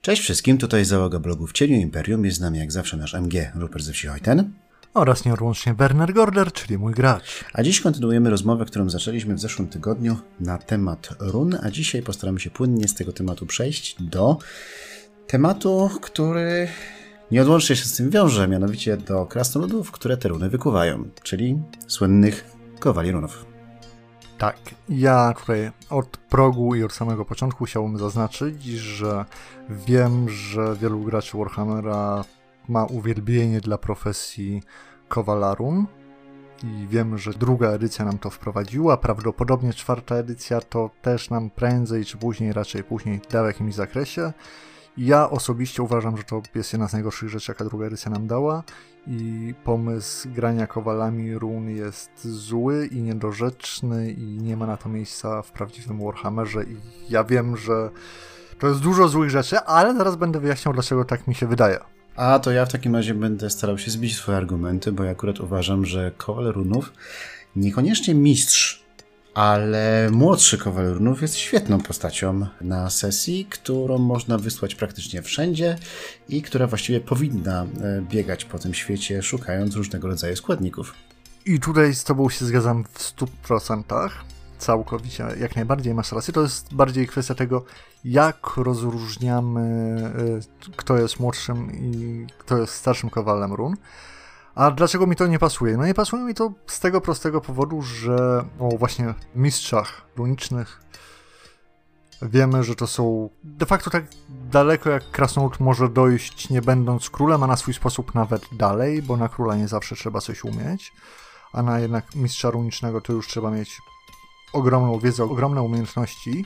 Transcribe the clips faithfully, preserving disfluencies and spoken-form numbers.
Cześć wszystkim, tutaj załoga blogu W Cieniu Imperium, jest z nami jak zawsze nasz M G, Rupert ze wsi Hojten. Oraz nieodłącznie Werner Gorder, czyli mój gracz. A dziś kontynuujemy rozmowę, którą zaczęliśmy w zeszłym tygodniu na temat run, a dzisiaj postaramy się płynnie z tego tematu przejść do tematu, który nieodłącznie się z tym wiąże, mianowicie do krasnoludów, które te runy wykuwają, czyli słynnych kowali runów. Tak, ja tutaj od progu i od samego początku chciałbym zaznaczyć, że wiem, że wielu graczy Warhammera ma uwielbienie dla profesji kowala run i wiem, że druga edycja nam to wprowadziła, prawdopodobnie czwarta edycja to też nam prędzej czy później, raczej później da w jakimś zakresie. Ja osobiście uważam, że to jest jedna z najgorszych rzeczy, jaka druga edycja nam dała i pomysł grania kowalami run jest zły i niedorzeczny i nie ma na to miejsca w prawdziwym Warhammerze i ja wiem, że to jest dużo złych rzeczy, ale zaraz będę wyjaśniał, dlaczego tak mi się wydaje. A to ja w takim razie będę starał się zbić swoje argumenty, bo ja akurat uważam, że kowal runów, niekoniecznie mistrz, ale młodszy kowal runów jest świetną postacią na sesji, którą można wysłać praktycznie wszędzie i która właściwie powinna biegać po tym świecie, szukając różnego rodzaju składników. I tutaj z tobą się zgadzam w stu procentach. Całkowicie, jak najbardziej masz rację. To jest bardziej kwestia tego, jak rozróżniamy, kto jest młodszym i kto jest starszym kowalem run. A dlaczego mi to nie pasuje? No nie pasuje mi to z tego prostego powodu, że o właśnie mistrzach runicznych wiemy, że to są de facto tak daleko, jak krasnolud może dojść, nie będąc królem, a na swój sposób nawet dalej, bo na króla nie zawsze trzeba coś umieć, a na jednak mistrza runicznego to już trzeba mieć ogromną wiedzę, ogromne umiejętności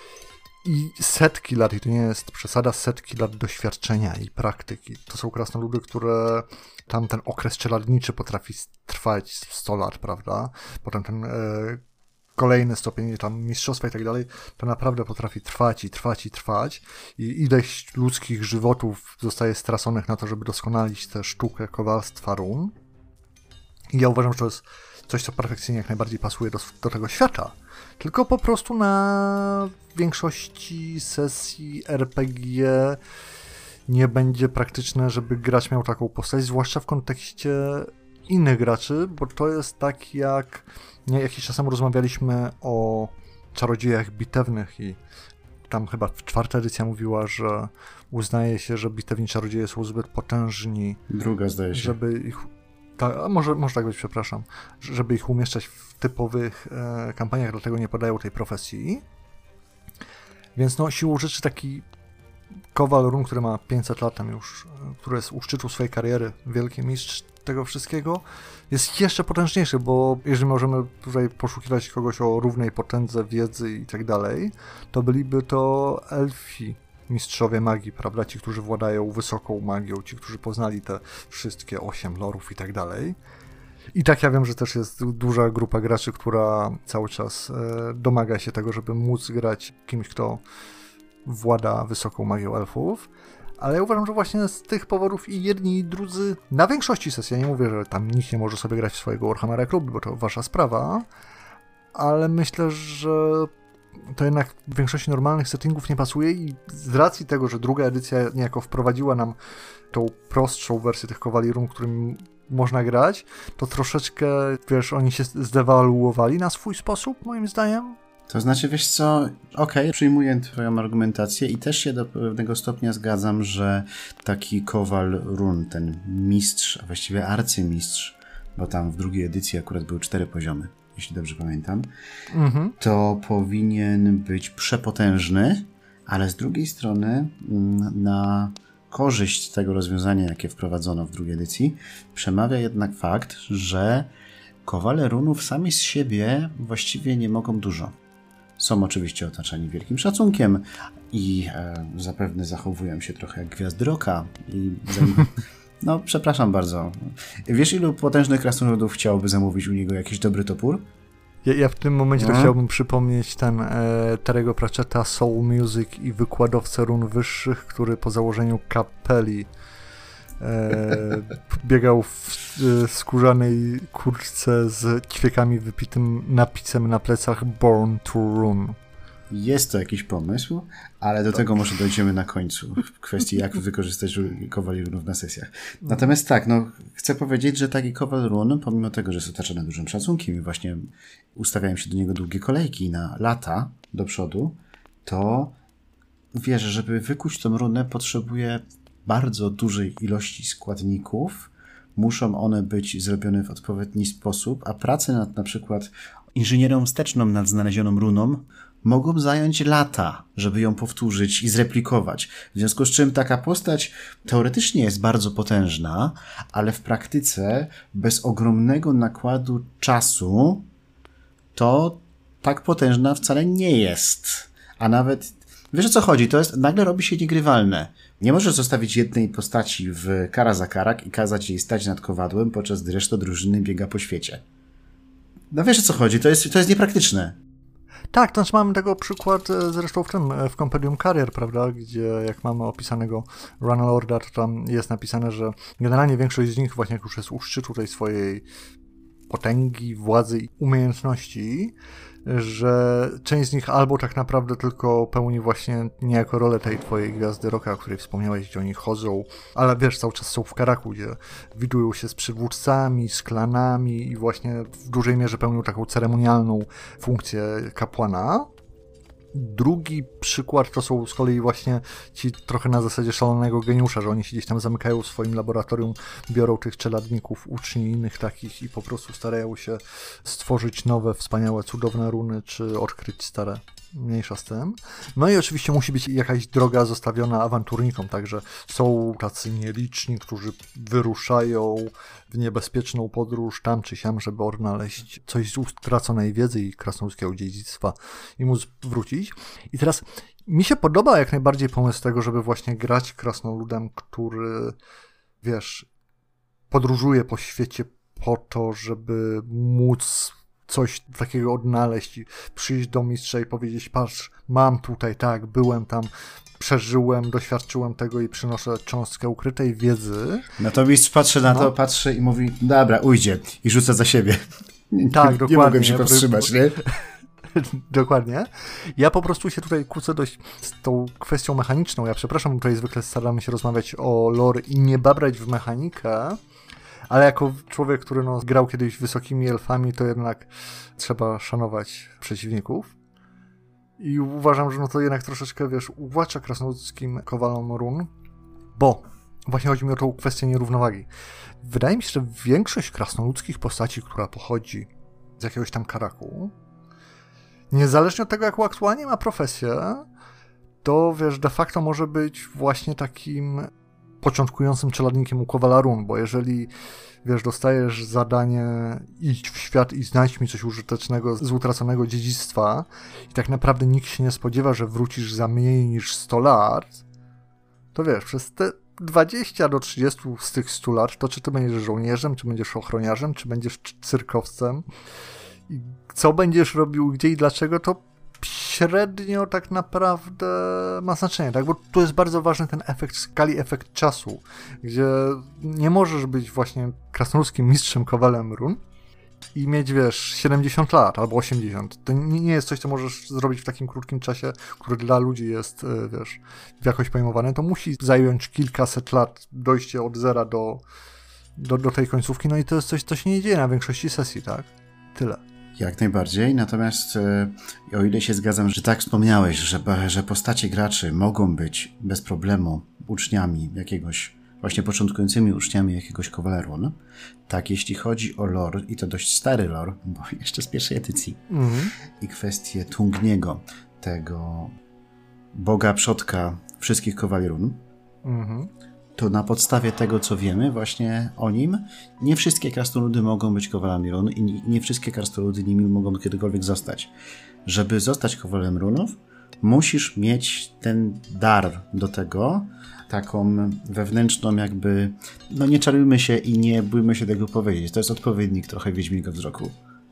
i setki lat, i to nie jest przesada, setki lat doświadczenia i praktyki. To są krasnoludy, które tam ten okres czeladniczy potrafi trwać sto lat, prawda? Potem ten e, kolejny stopień, tam mistrzostwa i tak dalej, to naprawdę potrafi trwać i trwać i trwać i ileś ludzkich żywotów zostaje straconych na to, żeby doskonalić tę sztukę kowalstwa run. I ja uważam, że to jest coś, co perfekcyjnie jak najbardziej pasuje do, do tego świata. Tylko po prostu na większości sesji R P G nie będzie praktyczne, żeby gracz miał taką postać, zwłaszcza w kontekście innych graczy, bo to jest tak jak nie, jakiś czas temu rozmawialiśmy o czarodziejach bitewnych i tam chyba czwarta edycja mówiła, że uznaje się, że bitewni czarodzieje są zbyt potężni. Druga zdaje się. Żeby ich... Ta, a może, może tak być, przepraszam. Żeby ich umieszczać w typowych e, kampaniach, dlatego nie podają tej profesji. Więc no, siłą rzeczy taki kowal run, który ma pięćset lat tam już, który jest u szczytu swojej kariery, wielki mistrz tego wszystkiego, jest jeszcze potężniejszy, bo jeżeli możemy tutaj poszukiwać kogoś o równej potędze, wiedzy i tak dalej, to byliby to elfi, mistrzowie magii, prawda? Ci, którzy władają wysoką magią, ci, którzy poznali te wszystkie osiem lorów i tak dalej. I tak ja wiem, że też jest duża grupa graczy, która cały czas e, domaga się tego, żeby móc grać kimś, kto włada wysoką magią elfów. Ale ja uważam, że właśnie z tych powodów i jedni i drudzy na większości sesji, ja nie mówię, że tam nikt nie może sobie grać w swojego Warhammera jak lubi, bo to wasza sprawa, ale myślę, że to jednak w większości normalnych settingów nie pasuje i z racji tego, że druga edycja niejako wprowadziła nam tą prostszą wersję tych kowali run, którym można grać, to troszeczkę, wiesz, oni się zdewaluowali na swój sposób, moim zdaniem. To znaczy, wiesz co, okej, okay, przyjmuję twoją argumentację i też się do pewnego stopnia zgadzam, że taki kowal run, ten mistrz, a właściwie arcymistrz, bo tam w drugiej edycji akurat były cztery poziomy, jeśli dobrze pamiętam, mhm. to powinien być przepotężny, ale z drugiej strony na korzyść tego rozwiązania, jakie wprowadzono w drugiej edycji, przemawia jednak fakt, że kowale runów sami z siebie właściwie nie mogą dużo. Są oczywiście otaczani wielkim szacunkiem i e, zapewne zachowują się trochę jak gwiazdy rocka. I zajm... No, przepraszam bardzo. Wiesz, ilu potężnych krasnoludów chciałoby zamówić u niego jakiś dobry topór? Ja, ja w tym momencie no. to chciałbym przypomnieć ten e, Terry'ego Pratchetta Soul Music i wykładowcę run wyższych, który po założeniu kapeli e, biegał w e, skórzanej kurtce z ćwiekami wypitym napisem na plecach Born to Run. Jest to jakiś pomysł, ale do tego może dojdziemy na końcu w kwestii, jak wykorzystać kowali runów na sesjach. Natomiast tak, no chcę powiedzieć, że taki kowal run, pomimo tego, że jest otaczany dużym szacunkiem i właśnie ustawiają się do niego długie kolejki na lata do przodu, to wiesz, żeby wykuć tą runę, potrzebuje bardzo dużej ilości składników. Muszą one być zrobione w odpowiedni sposób, a prace nad na przykład inżynierą wsteczną nad znalezioną runą mogą zająć lata, żeby ją powtórzyć i zreplikować. W związku z czym taka postać teoretycznie jest bardzo potężna, ale w praktyce bez ogromnego nakładu czasu to tak potężna wcale nie jest. A nawet, wiesz o co chodzi, to jest, nagle robi się niegrywalne. Nie możesz zostawić jednej postaci w kara za karak i kazać jej stać nad kowadłem, podczas gdy reszta drużyny biega po świecie. No wiesz o co chodzi, to jest, to jest niepraktyczne. Tak, to mamy tego przykład zresztą w tym, w Compendium Carrier, prawda, gdzie jak mamy opisanego Runelorda, to tam jest napisane, że generalnie większość z nich właśnie jak już jest u szczytu tej swojej potęgi, władzy i umiejętności, że część z nich albo tak naprawdę tylko pełni właśnie niejako rolę tej twojej gwiazdy roka, o której wspomniałeś, gdzie oni chodzą, ale wiesz, cały czas są w karaku, gdzie widują się z przywódcami, z klanami i właśnie w dużej mierze pełnią taką ceremonialną funkcję kapłana. Drugi przykład to są z kolei właśnie ci trochę na zasadzie szalonego geniusza, że oni się gdzieś tam zamykają w swoim laboratorium, biorą tych czeladników, uczni i innych takich i po prostu starają się stworzyć nowe, wspaniałe, cudowne runy, czy odkryć stare. Mniejsza z tym. No i oczywiście musi być jakaś droga zostawiona awanturnikom, także są tacy nieliczni, którzy wyruszają w niebezpieczną podróż tam czy siam, żeby odnaleźć coś z utraconej wiedzy i krasnoludzkiego dziedzictwa i móc wrócić. I teraz mi się podoba jak najbardziej pomysł tego, żeby właśnie grać krasnoludem, który, wiesz, podróżuje po świecie po to, żeby móc coś takiego odnaleźć i przyjść do mistrza i powiedzieć, patrz, mam tutaj, tak, byłem tam, przeżyłem, doświadczyłem tego i przynoszę cząstkę ukrytej wiedzy. No to mistrz patrzy na no. to, patrzy i mówi, dobra, ujdzie i rzuca za siebie. Tak, nie, dokładnie. Nie mogłem się powstrzymać, nie? Dokładnie. Ja po prostu się tutaj kłócę dość z tą kwestią mechaniczną. Ja przepraszam, tutaj zwykle staramy się rozmawiać o lore i nie babrać w mechanikę, ale jako człowiek, który no, grał kiedyś wysokimi elfami, to jednak trzeba szanować przeciwników. I uważam, że no to jednak troszeczkę, wiesz, uwłacza krasnoludzkim kowalom run, bo właśnie chodzi mi o tą kwestię nierównowagi. Wydaje mi się, że większość krasnoludzkich postaci, która pochodzi z jakiegoś tam karaku, niezależnie od tego, jaką aktualnie ma profesję, to, wiesz, de facto może być właśnie takim początkującym czeladnikiem u kowala run, bo jeżeli, wiesz, dostajesz zadanie idź w świat i znajdź mi coś użytecznego z utraconego dziedzictwa i tak naprawdę nikt się nie spodziewa, że wrócisz za mniej niż sto lat, to wiesz, przez te dwadzieścia do trzydziestu z tych stu lat, to czy ty będziesz żołnierzem, czy będziesz ochroniarzem, czy będziesz cyrkowcem i co będziesz robił, gdzie i dlaczego, to średnio tak naprawdę ma znaczenie, tak? Bo tu jest bardzo ważny ten efekt skali, efekt czasu, gdzie nie możesz być właśnie krasnoludzkim mistrzem kowalem run i mieć, wiesz, siedemdziesiąt lat albo osiemdziesiąt. To nie jest coś, co możesz zrobić w takim krótkim czasie, który dla ludzi jest, wiesz, jakoś pojmowany. To musi zająć kilkaset lat dojście od zera do, do, do tej końcówki, no i to jest coś, co się nie dzieje na większości sesji, tak? Tyle. Jak najbardziej, natomiast e, o ile się zgadzam, że tak wspomniałeś, że, że postacie graczy mogą być bez problemu uczniami jakiegoś, właśnie początkującymi uczniami jakiegoś kowala run, tak jeśli chodzi o lore, i to dość stary lore, bo jeszcze z pierwszej edycji, mm-hmm. i kwestię Tungniego, tego boga przodka wszystkich kowali run, mm-hmm. to na podstawie tego, co wiemy właśnie o nim, nie wszystkie krasnoludy mogą być kowalami run i nie wszystkie krasnoludy nimi mogą kiedykolwiek zostać. Żeby zostać kowalem runów, musisz mieć ten dar do tego, taką wewnętrzną jakby, no nie czarujmy się i nie bójmy się tego powiedzieć. To jest odpowiednik trochę Wiedźmiego wzroku.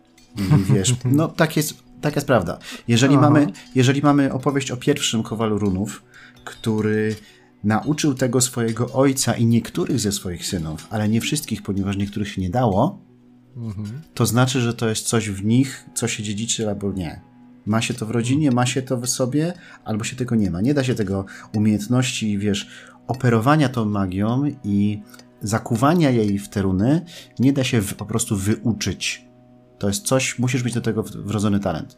I wiesz, no tak jest, taka jest prawda. Jeżeli mamy, jeżeli mamy opowieść o pierwszym kowalu runów, który nauczył tego swojego ojca i niektórych ze swoich synów, ale nie wszystkich, ponieważ niektórych się nie dało, mhm. to znaczy, że to jest coś w nich, co się dziedziczy albo nie. Ma się to w rodzinie, ma się to w sobie, albo się tego nie ma. Nie da się tego umiejętności, wiesz, operowania tą magią i zakuwania jej w te runy, nie da się w, po prostu wyuczyć. To jest coś, musisz mieć do tego wrodzony talent.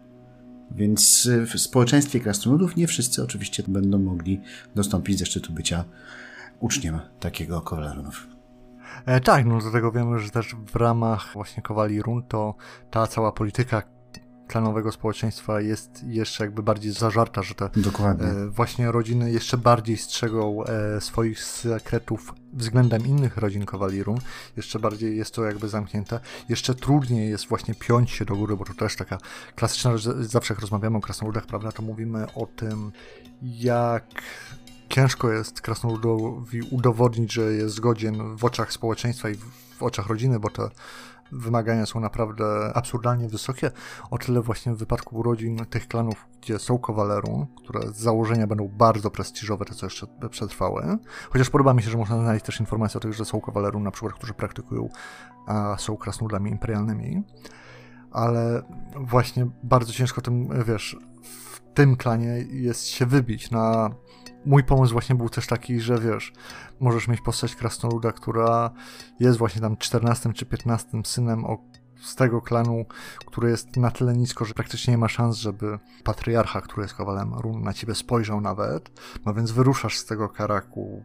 Więc w społeczeństwie krasnoludów nie wszyscy oczywiście będą mogli dostąpić ze szczytu bycia uczniem takiego kowala runów. E, tak, no do tego wiemy, że też w ramach właśnie kowali run to ta cała polityka klanowego społeczeństwa jest jeszcze jakby bardziej zażarta, że te Dokładnie. E, właśnie rodziny jeszcze bardziej strzegą e, swoich sekretów względem innych rodzin kowali run. Jeszcze bardziej jest to jakby zamknięte. Jeszcze trudniej jest właśnie piąć się do góry, bo to też taka klasyczna rzecz. Zawsze jak rozmawiamy o krasnoludach, prawda, to mówimy o tym, jak ciężko jest krasnoludowi udowodnić, że jest godzien w oczach społeczeństwa i w oczach rodziny, bo te wymagania są naprawdę absurdalnie wysokie. O tyle właśnie w wypadku urodzin tych klanów, gdzie są kowale run, które z założenia będą bardzo prestiżowe, te co jeszcze przetrwały. Chociaż podoba mi się, że można znaleźć też informacje o tych, że są kowale run, na przykład, którzy praktykują, a są krasnoludami imperialnymi. Ale właśnie bardzo ciężko tym, wiesz, w tym klanie jest się wybić na... Mój pomysł właśnie był też taki, że wiesz, możesz mieć postać krasnoluda, która jest właśnie tam czternastym czy piętnastym synem o, z tego klanu, który jest na tyle nisko, że praktycznie nie ma szans, żeby patriarcha, który jest kowalem run, na ciebie spojrzał nawet. No więc wyruszasz z tego Karaku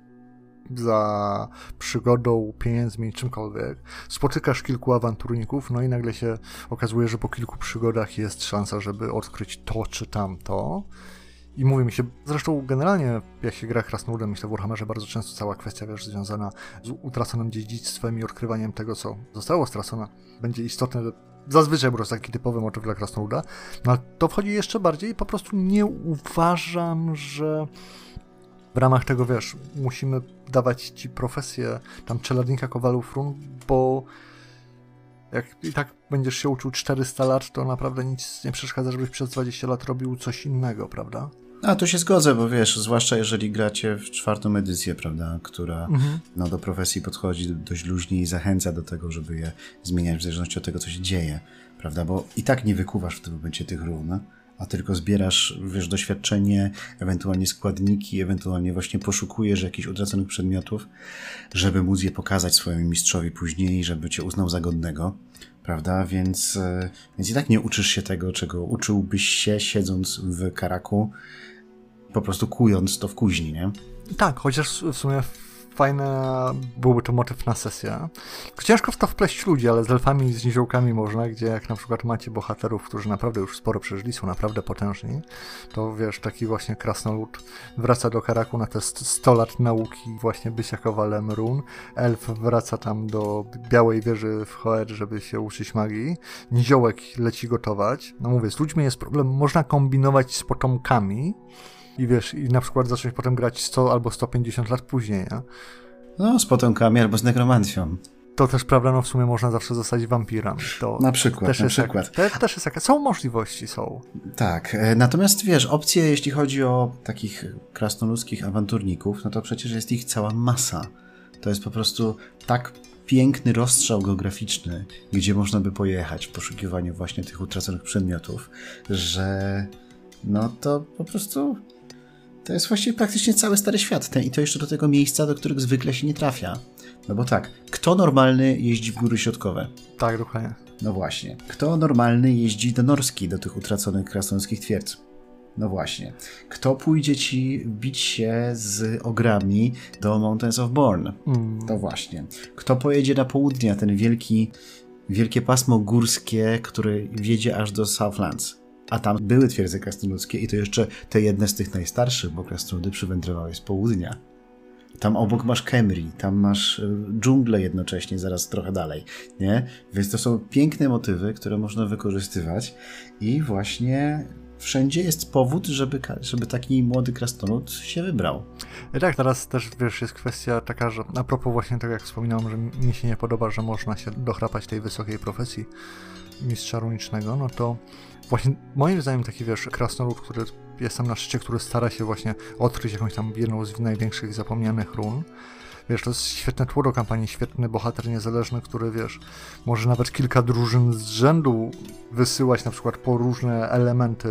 za przygodą, pieniędzmi, czymkolwiek. Spotykasz kilku awanturników, no i nagle się okazuje, że po kilku przygodach jest szansa, żeby odkryć to czy tamto. I mówi mi się, zresztą generalnie jak się gra krasnoludem, myślę w Warhammerze bardzo często cała kwestia, wiesz, związana z utraconym dziedzictwem i odkrywaniem tego, co zostało stracone, będzie istotne. Zazwyczaj po prostu taki typowy motyw dla krasnoluda, no ale to wchodzi jeszcze bardziej i po prostu nie uważam, że w ramach tego, wiesz, musimy dawać ci profesję tam czeladnika kowalów run, bo jak i tak będziesz się uczył czterysta lat, to naprawdę nic nie przeszkadza, żebyś przez dwadzieścia lat robił coś innego, prawda? A, to się zgodzę, bo wiesz, zwłaszcza jeżeli gracie w czwartą edycję, prawda, która mhm. no, do profesji podchodzi dość luźnie i zachęca do tego, żeby je zmieniać w zależności od tego, co się dzieje, prawda, bo i tak nie wykuwasz w tym momencie tych run, a tylko zbierasz, wiesz, doświadczenie, ewentualnie składniki, ewentualnie właśnie poszukujesz jakichś utraconych przedmiotów, żeby móc je pokazać swojemu mistrzowi później, żeby cię uznał za godnego, prawda, więc, więc i tak nie uczysz się tego, czego uczyłbyś się siedząc w Karaku, po prostu kując to w kuźni, nie? Tak, chociaż w sumie fajny byłby to motyw na sesję. Ciężko w to wpleść ludzi, ale z elfami i z niziołkami można, gdzie jak na przykład macie bohaterów, którzy naprawdę już sporo przeżyli, są naprawdę potężni, to wiesz, taki właśnie krasnolud wraca do Karaku na te sto lat nauki właśnie bycia kowalem run, elf wraca tam do Białej Wieży w Hoer, żeby się uczyć magii, niziołek leci gotować. No mówię, z ludźmi jest problem, można kombinować z potomkami, i wiesz, i na przykład zacząć potem grać sto albo sto pięćdziesiąt lat później, nie? No, z potomkami albo z nekromancją. To też, prawda, no w sumie można zawsze zostać wampirem. To na przykład, też na jest przykład. Jak, te, też jest jaka, są możliwości, są. Tak, natomiast wiesz, opcje, jeśli chodzi o takich krasnoludzkich awanturników, no to przecież jest ich cała masa. To jest po prostu tak piękny rozstrzał geograficzny, gdzie można by pojechać w poszukiwaniu właśnie tych utraconych przedmiotów, że no to po prostu... To jest właściwie praktycznie cały Stary Świat. Ten, i to jeszcze do tego miejsca, do których zwykle się nie trafia. No bo tak, kto normalny jeździ w góry środkowe? Tak, dokładnie. No właśnie. Kto normalny jeździ do Norski, do tych utraconych krasnoludzkich twierdz? No właśnie. Kto pójdzie ci bić się z ogrami do Mountains of Born? Mm. To właśnie. Kto pojedzie na południe, ten wielki, wielkie pasmo górskie, które wiedzie aż do Southlands? A tam były twierdze krasnoludzkie i to jeszcze te jedne z tych najstarszych, bo krasnoludy przywędrowały z południa. Tam obok masz Khemri, tam masz dżunglę jednocześnie, zaraz trochę dalej, nie? Więc to są piękne motywy, które można wykorzystywać i właśnie wszędzie jest powód, żeby, żeby taki młody krasnolud się wybrał. I tak, teraz też, wiesz, jest kwestia taka, że a propos właśnie tak jak wspominałem, że mi się nie podoba, że można się dochrapać tej wysokiej profesji mistrza runicznego, no to właśnie moim zdaniem taki, wiesz, krasnolud, który jest tam na szczycie, który stara się właśnie odkryć jakąś tam jedną z największych zapomnianych run, wiesz, to jest świetne tło do kampanii, świetny bohater niezależny, który, wiesz, może nawet kilka drużyn z rzędu wysyłać na przykład po różne elementy,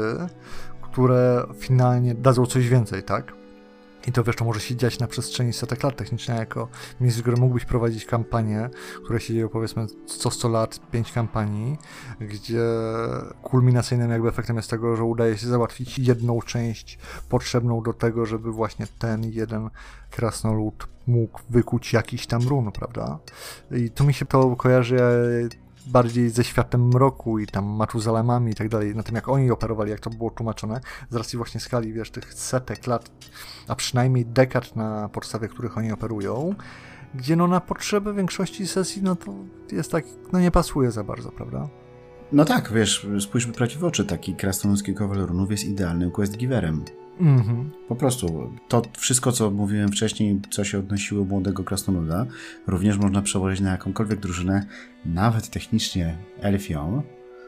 które finalnie dadzą coś więcej, tak? I to, wiesz, to może się dziać na przestrzeni setek lat technicznie, jako mistrz gry mógłbyś prowadzić kampanię, które się dzieją, powiedzmy, co sto lat, pięć kampanii, gdzie kulminacyjnym jakby efektem jest tego, że udaje się załatwić jedną część potrzebną do tego, żeby właśnie ten jeden krasnolud mógł wykuć jakiś tam run, prawda? I tu mi się to kojarzy bardziej ze światem mroku i tam Matuzalemami i tak dalej, na tym jak oni operowali, jak to było tłumaczone, z racji właśnie skali, wiesz, tych setek lat, a przynajmniej dekad, na podstawie których oni operują, gdzie no na potrzeby większości sesji, no to jest tak, no nie pasuje za bardzo, prawda? No tak, wiesz, spójrzmy prawdzie w oczy, taki krasnoludzki kowal runów jest idealnym quest giverem. Mhm. Po prostu to wszystko, co mówiłem wcześniej, co się odnosiło młodego krasnoluda, również można przełożyć na jakąkolwiek drużynę, nawet technicznie elfią,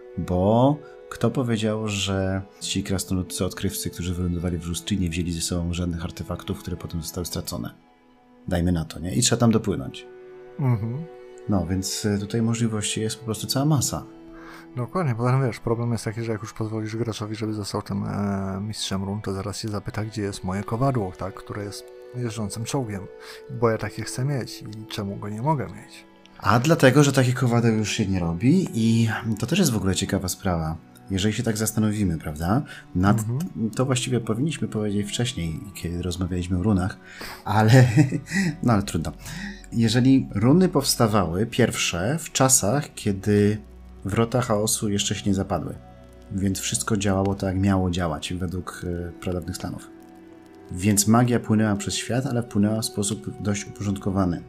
bo kto powiedział, że ci krasnoludcy odkrywcy, którzy wylądowali w Żustrii, nie wzięli ze sobą żadnych artefaktów, które potem zostały stracone? Dajmy na to, nie? I trzeba tam dopłynąć. Mhm. No, więc tutaj możliwości jest po prostu cała masa. Dokładnie, potem wiesz, problem jest taki, że jak już pozwolisz graczowi, żeby został tym e, mistrzem run, to zaraz się zapyta, gdzie jest moje kowadło, tak, które jest jeżdżącym czołgiem, bo ja takie chcę mieć i czemu go nie mogę mieć. A dlatego, że takich kowadeł już się nie robi i to też jest w ogóle ciekawa sprawa. Jeżeli się tak zastanowimy, prawda, nad, mhm. to właściwie powinniśmy powiedzieć wcześniej, kiedy rozmawialiśmy o runach, ale no ale trudno. Jeżeli runy powstawały pierwsze w czasach, kiedy wrota chaosu jeszcze się nie zapadły, więc wszystko działało tak, jak miało działać według e, pradawnych stanów. Więc magia płynęła przez świat, ale płynęła w sposób dość uporządkowany.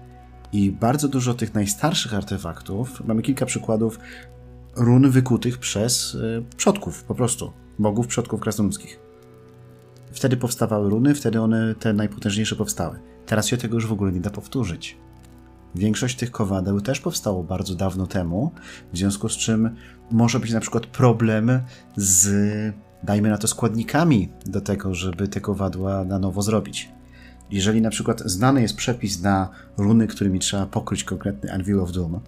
I bardzo dużo tych najstarszych artefaktów, mamy kilka przykładów run wykutych przez e, przodków, po prostu, bogów przodków krasnoludzkich. Wtedy powstawały runy, wtedy one, te najpotężniejsze, powstały. Teraz się tego już w ogóle nie da powtórzyć. Większość tych kowadeł też powstało bardzo dawno temu, w związku z czym może być na przykład problem z, dajmy na to, składnikami do tego, żeby te kowadła na nowo zrobić. Jeżeli na przykład znany jest przepis na runy, którymi trzeba pokryć konkretny Anvil of Doom,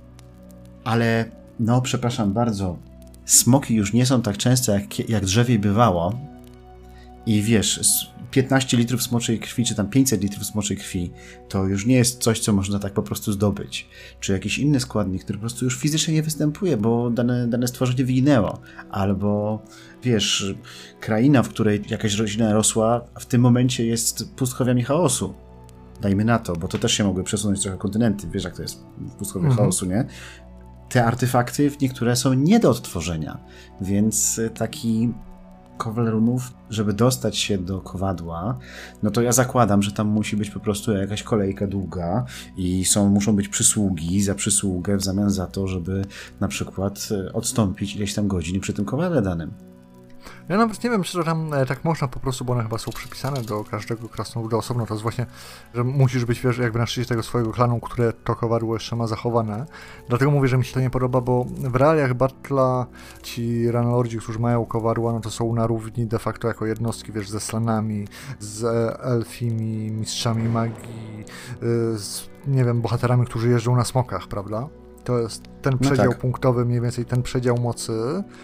ale no, przepraszam bardzo, smoki już nie są tak częste, jak, jak drzewiej bywało i wiesz, piętnaście litrów smoczej krwi, czy tam pięćset litrów smoczej krwi, to już nie jest coś, co można tak po prostu zdobyć. Czy jakiś inny składnik, który po prostu już fizycznie nie występuje, bo dane, dane stworzenie wyginęło. Albo, wiesz, kraina, w której jakaś rodzina rosła, w tym momencie jest pustkowiami chaosu. Dajmy na to, bo to też się mogły przesunąć trochę kontynenty. Wiesz, jak to jest w pustkowie mhm. chaosu, nie? Te artefakty, niektóre są nie do odtworzenia, więc taki kowal runów, żeby dostać się do kowadła, no to ja zakładam, że tam musi być po prostu jakaś kolejka długa i są, muszą być przysługi za przysługę w zamian za to, żeby na przykład odstąpić ileś tam godzin przy tym kowadle danym. Ja nawet nie wiem, czy to tam e, tak można po prostu, bo one chyba są przypisane do każdego krasnoluda osobno. To jest właśnie, że musisz być, wiesz, jakby na szczycie tego swojego klanu, które to kowadło jeszcze ma zachowane. Dlatego mówię, że mi się to nie podoba, bo w realiach Battle'a ci ranlordzi, którzy mają kowadła, no to są na równi de facto jako jednostki, wiesz, ze slanami, z elfimi, mistrzami magii, z, nie wiem, bohaterami, którzy jeżdżą na smokach, prawda? To jest ten przedział no tak. punktowy, mniej więcej ten przedział mocy.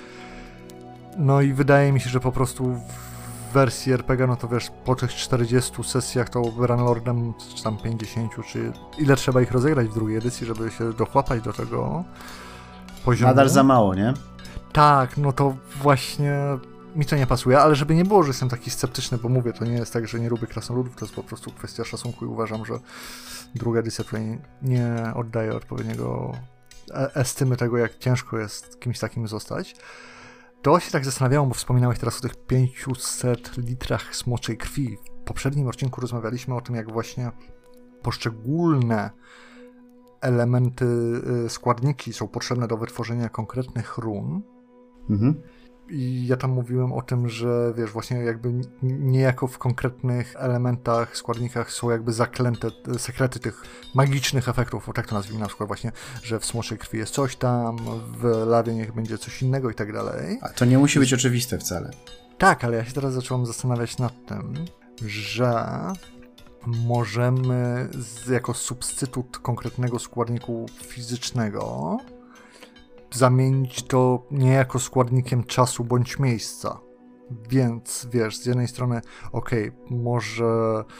No i wydaje mi się, że po prostu w wersji er pe gie, no to wiesz, po tych czterdziestu sesjach to Ranlordem, czy tam pięćdziesięciu, czy ile trzeba ich rozegrać w drugiej edycji, żeby się dochłapać do tego poziomu. Nadal za mało, nie? Tak, no to właśnie mi to nie pasuje, ale żeby nie było, że jestem taki sceptyczny, bo mówię, to nie jest tak, że nie lubię krasnoludów, to jest po prostu kwestia szacunku i uważam, że druga edycja tutaj nie oddaje odpowiedniego estymy tego, jak ciężko jest kimś takim zostać. To się tak zastanawiałem, bo wspominałeś teraz o tych pięciuset litrach smoczej krwi. W poprzednim odcinku rozmawialiśmy o tym, jak właśnie poszczególne elementy, składniki są potrzebne do wytworzenia konkretnych run. Mhm. I ja tam mówiłem o tym, że wiesz, właśnie jakby niejako w konkretnych elementach, składnikach są jakby zaklęte sekrety tych magicznych efektów, bo tak to nazwijmy, na przykład właśnie, że w smoczej krwi jest coś tam, w lawie niech będzie coś innego i tak dalej. A to nie musi być oczywiste wcale. Tak, ale ja się teraz zacząłem zastanawiać nad tym, że możemy z, jako substytut konkretnego składniku fizycznego zamienić to niejako składnikiem czasu bądź miejsca. Więc wiesz, z jednej strony okej, okay, może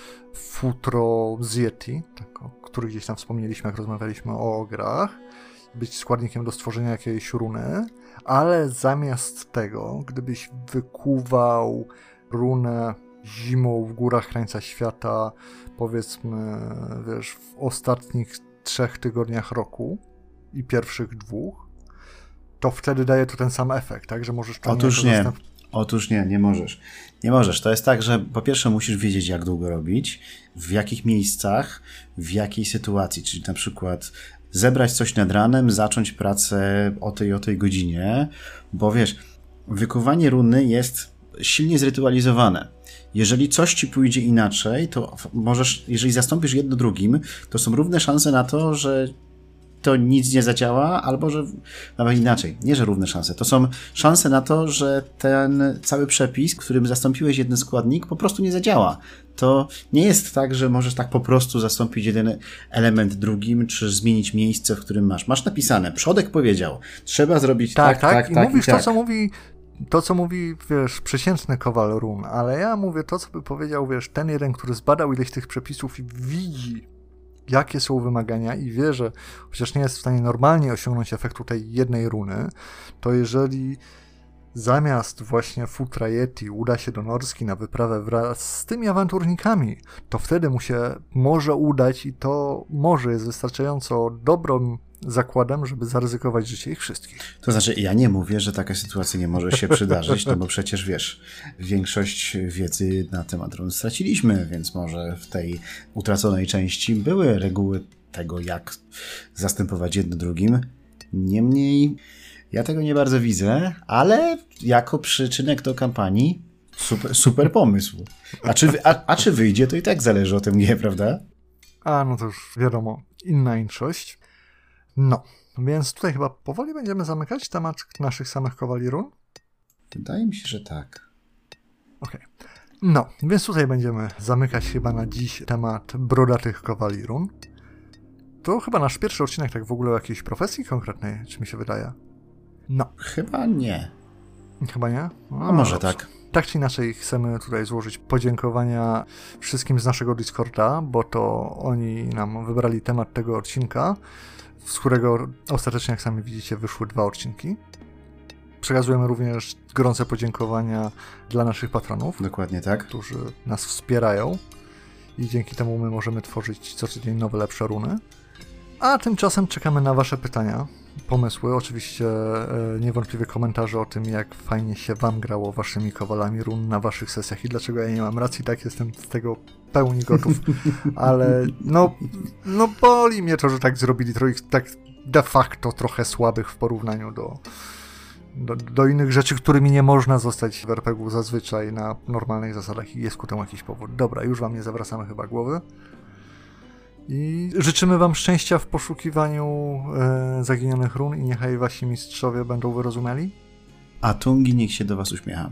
futro z Yeti, tak, o których gdzieś tam wspomnieliśmy, jak rozmawialiśmy o grach, być składnikiem do stworzenia jakiejś runy, ale zamiast tego, gdybyś wykuwał runę zimą w górach krańca świata, powiedzmy, wiesz, w ostatnich trzech tygodniach roku i pierwszych dwóch, to wtedy daje to ten sam efekt, tak, że możesz... Otóż nie, zastęp... otóż nie, nie możesz. Nie możesz. To jest tak, że po pierwsze musisz wiedzieć, jak długo robić, w jakich miejscach, w jakiej sytuacji, czyli na przykład zebrać coś nad ranem, zacząć pracę o tej o tej godzinie, bo wiesz, wykuwanie runy jest silnie zrytualizowane. Jeżeli coś ci pójdzie inaczej, to możesz, jeżeli zastąpisz jedno drugim, to są równe szanse na to, że to nic nie zadziała, albo że nawet inaczej, nie że równe szanse, to są szanse na to, że ten cały przepis, którym zastąpiłeś jeden składnik, po prostu nie zadziała. To nie jest tak, że możesz tak po prostu zastąpić jeden element drugim, czy zmienić miejsce, w którym masz. Masz napisane, przodek powiedział, trzeba zrobić tak, tak, tak, tak. I tak, mówisz i to, tak. co mówi to, co mówi, wiesz, przeciętny kowal run, ale ja mówię to, co by powiedział, wiesz, ten jeden, który zbadał ileś tych przepisów i widzi, jakie są wymagania i wie, że chociaż nie jest w stanie normalnie osiągnąć efektu tej jednej runy, to jeżeli zamiast właśnie futra Yeti uda się do Norski na wyprawę wraz z tymi awanturnikami, to wtedy mu się może udać i to może jest wystarczająco dobrym zakładem, żeby zaryzykować życie ich wszystkich. To znaczy, ja nie mówię, że taka sytuacja nie może się przydarzyć, no bo przecież wiesz, większość wiedzy na temat run straciliśmy, więc może w tej utraconej części były reguły tego, jak zastępować jedno drugim. Niemniej ja tego nie bardzo widzę, ale jako przyczynek do kampanii super, super pomysł. A czy, a, a czy wyjdzie, to i tak zależy o tym, nie, prawda? A, no to już wiadomo, inna inszość. No, więc tutaj chyba powoli będziemy zamykać temat naszych samych kowali run. Wydaje mi się, że tak. Okej. Okay. No, więc tutaj będziemy zamykać chyba na dziś temat brodatych kowali run. To chyba nasz pierwszy odcinek tak w ogóle o jakiejś profesji konkretnej, czy mi się wydaje? No. Chyba nie. Chyba nie? No, A może dobrze. Tak. Tak czy inaczej chcemy tutaj złożyć podziękowania wszystkim z naszego Discorda, bo to oni nam wybrali temat tego odcinka, z którego ostatecznie, jak sami widzicie, wyszły dwa odcinki. Przekazujemy również gorące podziękowania dla naszych patronów. Dokładnie tak. Którzy nas wspierają i dzięki temu my możemy tworzyć co tydzień nowe, lepsze runy. A tymczasem czekamy na wasze pytania, pomysły, oczywiście e, niewątpliwie komentarze o tym, jak fajnie się wam grało waszymi kowalami run na waszych sesjach i dlaczego ja nie mam racji, tak, jestem z tego pełni gotów, ale no, no boli mnie to, że tak zrobili, trochę tak de facto trochę słabych w porównaniu do, do, do innych rzeczy, którymi nie można zostać w er pe gie u zazwyczaj na normalnych zasadach i jest ku temu jakiś powód. Dobra, już wam nie zawracamy chyba głowy. I życzymy wam szczęścia w poszukiwaniu e, zaginionych run i niechaj wasi mistrzowie będą wyrozumiali. A Tungi niech się do was uśmiecha.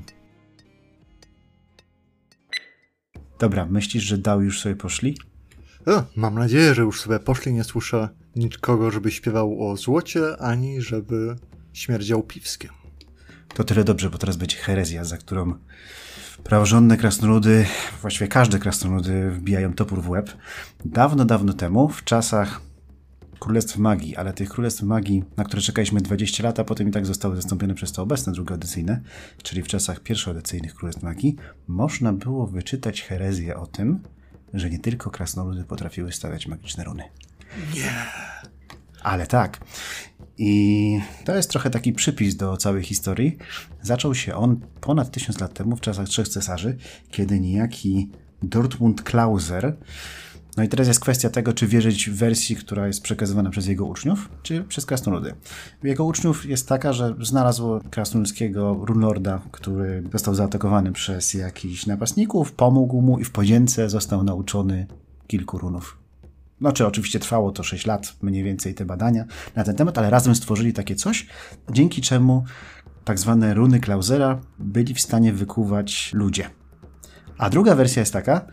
Dobra, myślisz, że dał już sobie poszli? O, mam nadzieję, że już sobie poszli. Nie słyszę nikogo, żeby śpiewał o złocie, ani żeby śmierdział piwskiem. To tyle dobrze, bo teraz będzie herezja, za którą praworządne krasnoludy, właściwie każde krasnoludy wbijają topór w łeb. Dawno, dawno temu, w czasach Królestw Magii, ale tych Królestw Magii, na które czekaliśmy dwadzieścia lat, a potem i tak zostały zastąpione przez te obecne drugoedycyjne, czyli w czasach pierwszoodycyjnych Królestw Magii, można było wyczytać herezję o tym, że nie tylko krasnoludy potrafiły stawiać magiczne runy. Nie. Ale tak. I to jest trochę taki przypis do całej historii. Zaczął się on ponad tysiąc lat temu, w czasach trzech cesarzy, kiedy niejaki Dortmund Klauser. No i teraz jest kwestia tego, czy wierzyć w wersji, która jest przekazywana przez jego uczniów, czy przez krasnoludy. Jego uczniów jest taka, że znalazło krasnoludzkiego runlorda, który został zaatakowany przez jakichś napastników, pomógł mu i w podzięce został nauczony kilku runów. Znaczy, oczywiście trwało to sześć lat, mniej więcej te badania na ten temat, ale razem stworzyli takie coś, dzięki czemu tak zwane runy Klausera byli w stanie wykuwać ludzie. A druga wersja jest taka,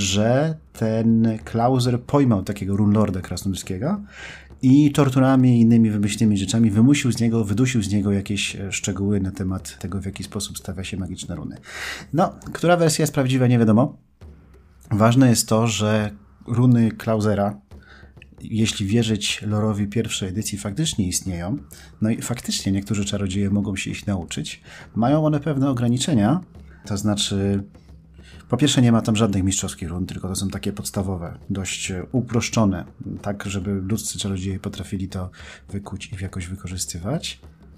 że ten Klauser pojmał takiego runlorda krasnoludzkiego i torturami i innymi wymyślnymi rzeczami wymusił z niego, wydusił z niego jakieś szczegóły na temat tego, w jaki sposób stawia się magiczne runy. No, która wersja jest prawdziwa, nie wiadomo. Ważne jest to, że runy Klausera, jeśli wierzyć lorowi pierwszej edycji, faktycznie istnieją. No i faktycznie niektórzy czarodzieje mogą się ich nauczyć. Mają one pewne ograniczenia, to znaczy po pierwsze nie ma tam żadnych mistrzowskich run, tylko to są takie podstawowe, dość uproszczone, tak żeby ludzcy czarodzieje potrafili to wykuć i jakoś wykorzystywać.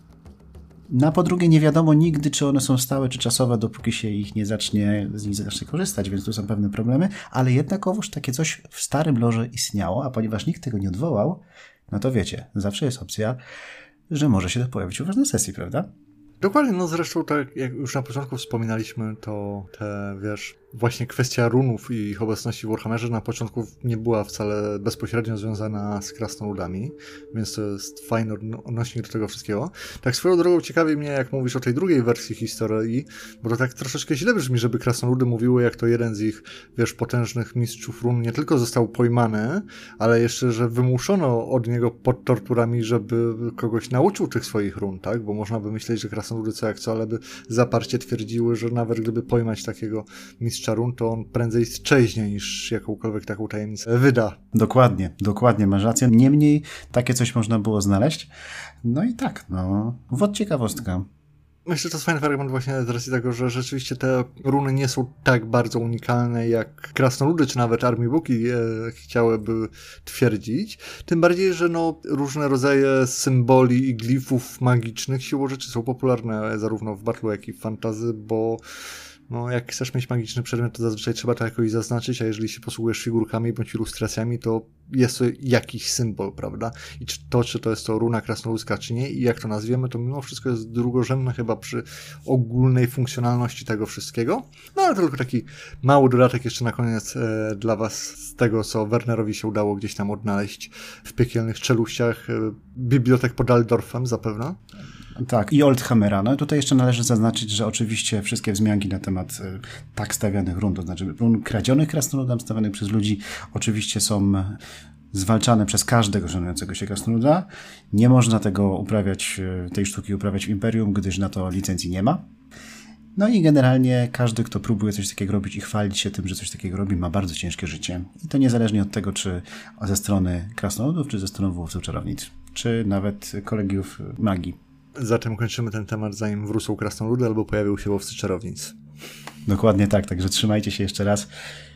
No a po drugie nie wiadomo nigdy, czy one są stałe, czy czasowe, dopóki się ich nie zacznie, z nich zacznie korzystać, więc tu są pewne problemy, ale jednakowoż takie coś w starym lorze istniało, a ponieważ nikt tego nie odwołał, no to wiecie, zawsze jest opcja, że może się to pojawić u was na sesji, prawda? Dokładnie, no zresztą tak jak już na początku wspominaliśmy, to te, wiesz, właśnie kwestia runów i ich obecności w Warhammerze na początku nie była wcale bezpośrednio związana z krasnoludami, więc to jest fajny odnośnik do tego wszystkiego. Tak swoją drogą ciekawi mnie, jak mówisz o tej drugiej wersji historii, bo to tak troszeczkę źle brzmi, żeby krasnoludy mówiły, jak to jeden z ich, wiesz, potężnych mistrzów run nie tylko został pojmany, ale jeszcze, że wymuszono od niego pod torturami, żeby kogoś nauczył tych swoich run, tak? Bo można by myśleć, że krasnoludy co jak co, ale by zaparcie twierdziły, że nawet gdyby pojmać takiego mistrza run, to on prędzej strzeźnie niż jakąkolwiek taką tajemnicę wyda. Dokładnie, dokładnie, masz rację. Niemniej takie coś można było znaleźć. No i tak, no, wod ciekawostka. Myślę, że to jest fajny fragment właśnie z racji tego, że rzeczywiście te runy nie są tak bardzo unikalne, jak krasnoludy, czy nawet Army Booki e, chciałyby twierdzić. Tym bardziej, że no, różne rodzaje symboli i glifów magicznych siłą rzeczy są popularne zarówno w battlu, jak i w fantasy, bo no, jak chcesz mieć magiczny przedmiot, to zazwyczaj trzeba to jakoś zaznaczyć, a jeżeli się posługujesz figurkami bądź ilustracjami, to jest to jakiś symbol, prawda? I czy to, czy to jest to runa krasnoludzka, czy nie, i jak to nazwiemy, to mimo wszystko jest drugorzędne chyba przy ogólnej funkcjonalności tego wszystkiego. No ale to tylko taki mały dodatek jeszcze na koniec e, dla was z tego, co Wernerowi się udało gdzieś tam odnaleźć w piekielnych czeluściach e, bibliotek pod Aldorfem zapewne. Tak, i Oldhammera. No i tutaj jeszcze należy zaznaczyć, że oczywiście wszystkie wzmianki na temat y, tak stawianych run, to znaczy run kradzionych krasnoludom stawianych przez ludzi, oczywiście są zwalczane przez każdego szanującego się krasnoluda. Nie można tego uprawiać, tej sztuki uprawiać w Imperium, gdyż na to licencji nie ma. No i generalnie każdy, kto próbuje coś takiego robić i chwalić się tym, że coś takiego robi, ma bardzo ciężkie życie. I to niezależnie od tego, czy ze strony krasnoludów, czy ze strony łowców czarownic, czy nawet kolegiów magii. Zatem kończymy ten temat, zanim wrócą krasnoludy albo pojawił się łowcy czarownic. Dokładnie tak, także trzymajcie się jeszcze raz